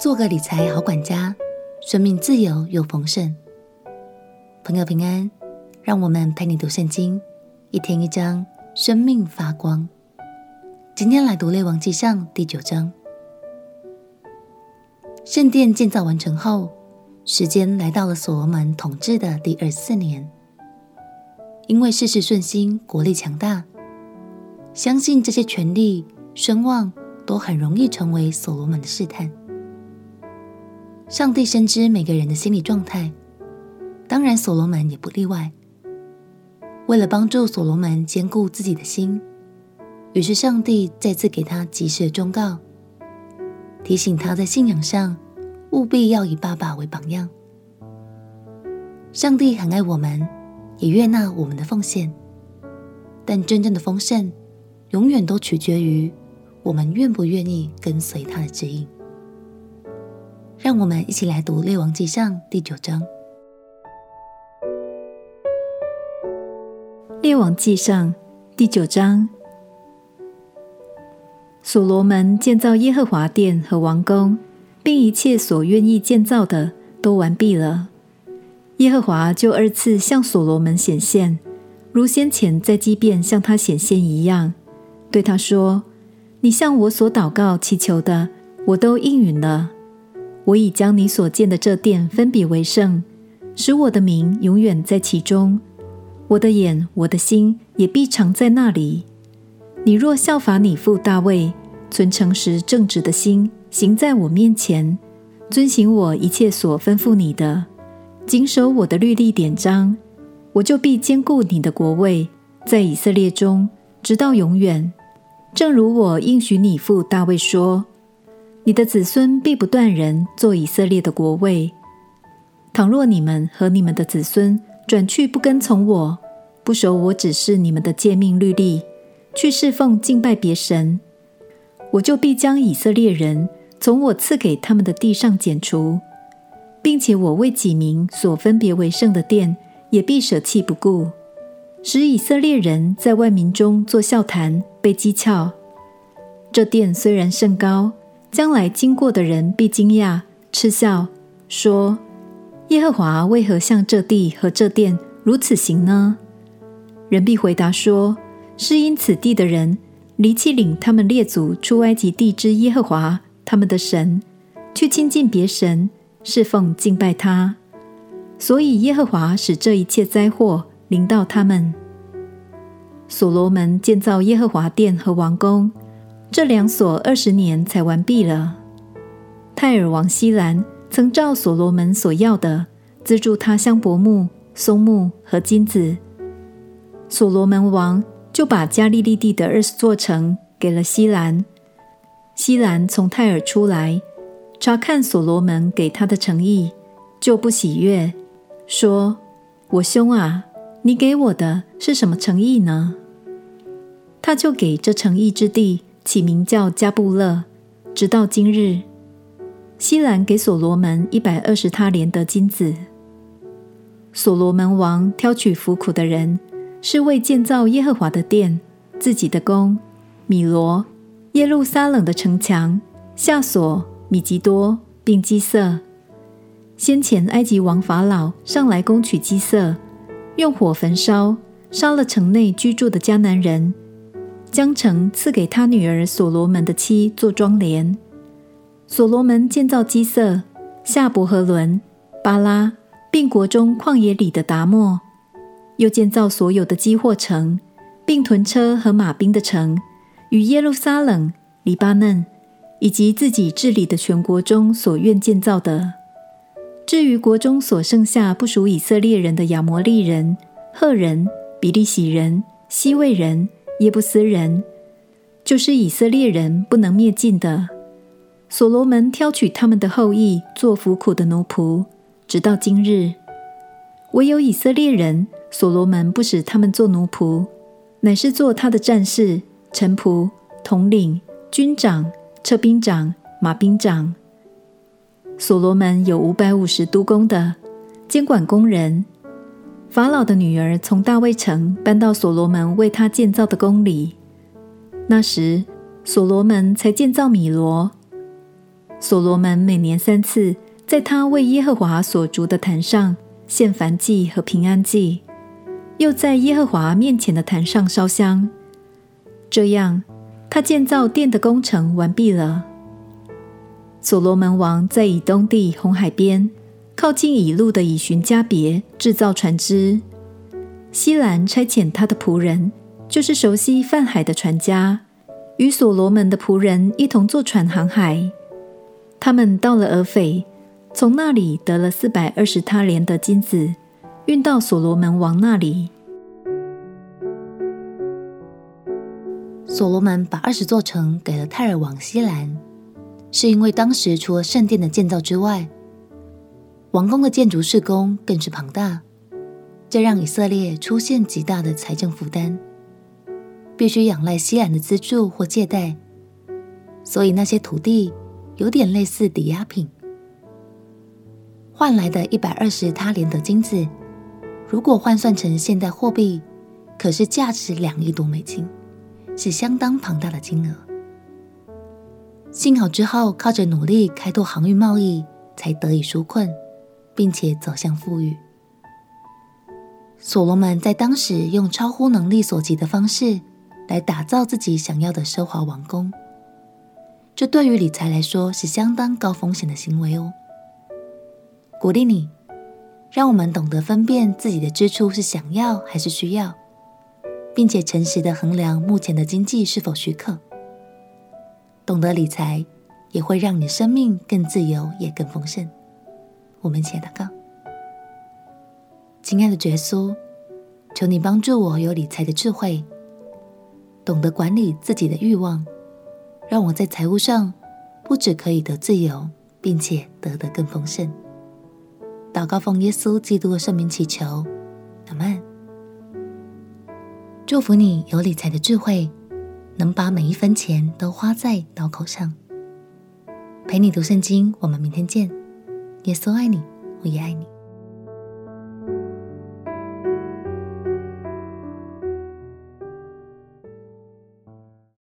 做个理财好管家，生命自由又丰盛。朋友平安，让我们陪你读圣经，一天一章，生命发光。今天来读列王纪上第9章。圣殿建造完成后，时间来到了所罗门统治的第24年。因为事事顺心，国力强大，相信这些权力、声望都很容易成为所罗门的试探。上帝深知每个人的心理状态，当然所罗门也不例外。为了帮助所罗门坚固自己的心，于是上帝再次给他及时的忠告，提醒他在信仰上务必要以爸爸为榜样。上帝很爱我们，也悦纳我们的奉献，但真正的丰盛永远都取决于我们愿不愿意跟随他的指引。让我们一起来读列王纪上第9章。 列王纪上第9章。所罗门建造耶和华殿和王宫，并一切所愿意建造的都完毕了。耶和华就2次向所罗门显现，如先前在基遍向他显现一样，对他说：你向我所祷告祈求的，我都应允了。我已将你所建的这殿分别为圣，使我的名永远在其中。我的眼、我的心也必常在那里。你若效法你父大卫，存诚实正直的心，行在我面前，遵行我一切所吩咐你的，谨守我的律例典章，我就必坚固你的国位，在以色列中，直到永远。正如我应许你父大卫说，你的子孙必不断人做以色列的国位。倘若你们和你们的子孙转去不跟从我，不守我指示你们的诫命律例，去侍奉敬拜别神，我就必将以色列人从我赐给他们的地上剪除，并且我为己名所分别为圣的殿也必舍弃不顾，使以色列人在万民中作笑谈，被讥诮。这殿虽然甚高，将来经过的人必惊讶嗤笑，说：耶和华为何向这地和这殿如此行呢？人必回答说：是因此地的人离弃领他们列祖出埃及地之耶和华他们的神，去亲近别神，侍奉敬拜他，所以耶和华使这一切灾祸临到他们。所罗门建造耶和华殿和王宫，这2所20年才完毕了。泰尔王希兰曾照所罗门所要的，资助他香柏木、松木和金子。所罗门王就把加利利地的20座城给了希兰。希兰从泰尔出来，查看所罗门给他的诚意，就不喜悦，说：我兄啊，你给我的是什么诚意呢？他就给这诚意之地起名叫加布勒，直到今日。希兰给所罗门120他连得金子。所罗门王挑取服苦的人，是为建造耶和华的殿、自己的宫、米罗、耶路撒冷的城墙、夏所、米吉多，并基色。先前埃及王法老上来攻取基色，用火焚烧，杀了城内居住的迦南人，将城赐给他女儿所罗门的妻做庄帘。所罗门建造基色、夏伯和伦、巴拉，并国中旷野里的达莫，又建造所有的基货城，并屯车和马兵的城，与耶路撒冷、黎巴嫩，以及自己治理的全国中所愿建造的。至于国中所剩下不属以色列人的亚摩利人、赫人、比利洗人、西魏人、耶布斯人，就是以色列人不能灭尽的，所罗门挑取他们的后裔做服苦的奴仆，直到今日。唯有以色列人，所罗门不使他们做奴仆，乃是做他的战士、臣仆、统领、军长、车兵长、马兵长。所罗门有550督工的，监管工人。法老的女儿从大卫城搬到所罗门为他建造的宫里。那时，所罗门才建造米罗。 所罗门每年3次在他为耶和华所筑的坛上献燔祭和平安祭，又在耶和华面前的坛上烧香。这样，他建造殿的工程完毕了。所罗门王在以东地红海边，靠近以路的以寻加别制造船只。希兰差遣他的仆人，就是熟悉泛海的船家，与所罗门的仆人一同坐船航海。他们到了俄斐，从那里得了420他连的金子，运到所罗门王那里。 所罗门把20座城给了泰尔王希兰，是因为当时除了圣殿的建造之外，王宫的建筑事工更是庞大，这让以色列出现极大的财政负担，必须仰赖希兰的资助或借贷，所以那些土地有点类似抵押品。换来的120他连得金子，如果换算成现代货币，可是价值2亿多美金，是相当庞大的金额。幸好之后靠着努力开拓航运贸易，才得以纾困，并且走向富裕。所罗门在当时用超乎能力所及的方式来打造自己想要的奢华王宫，这对于理财来说是相当高风险的行为哦。鼓励你，让我们懂得分辨自己的支出是想要还是需要，并且诚实地衡量目前的经济是否许可。懂得理财也会让你的生命更自由也更丰盛。我们一起来祷告。亲爱的耶稣，求你帮助我有理财的智慧，懂得管理自己的欲望，让我在财务上不只可以得自由，并且得更丰盛。祷告奉耶稣基督的圣名祈求，阿们。祝福你有理财的智慧，能把每一分钱都花在刀口上。陪你读圣经，我们明天见。耶稣爱你，我也爱你。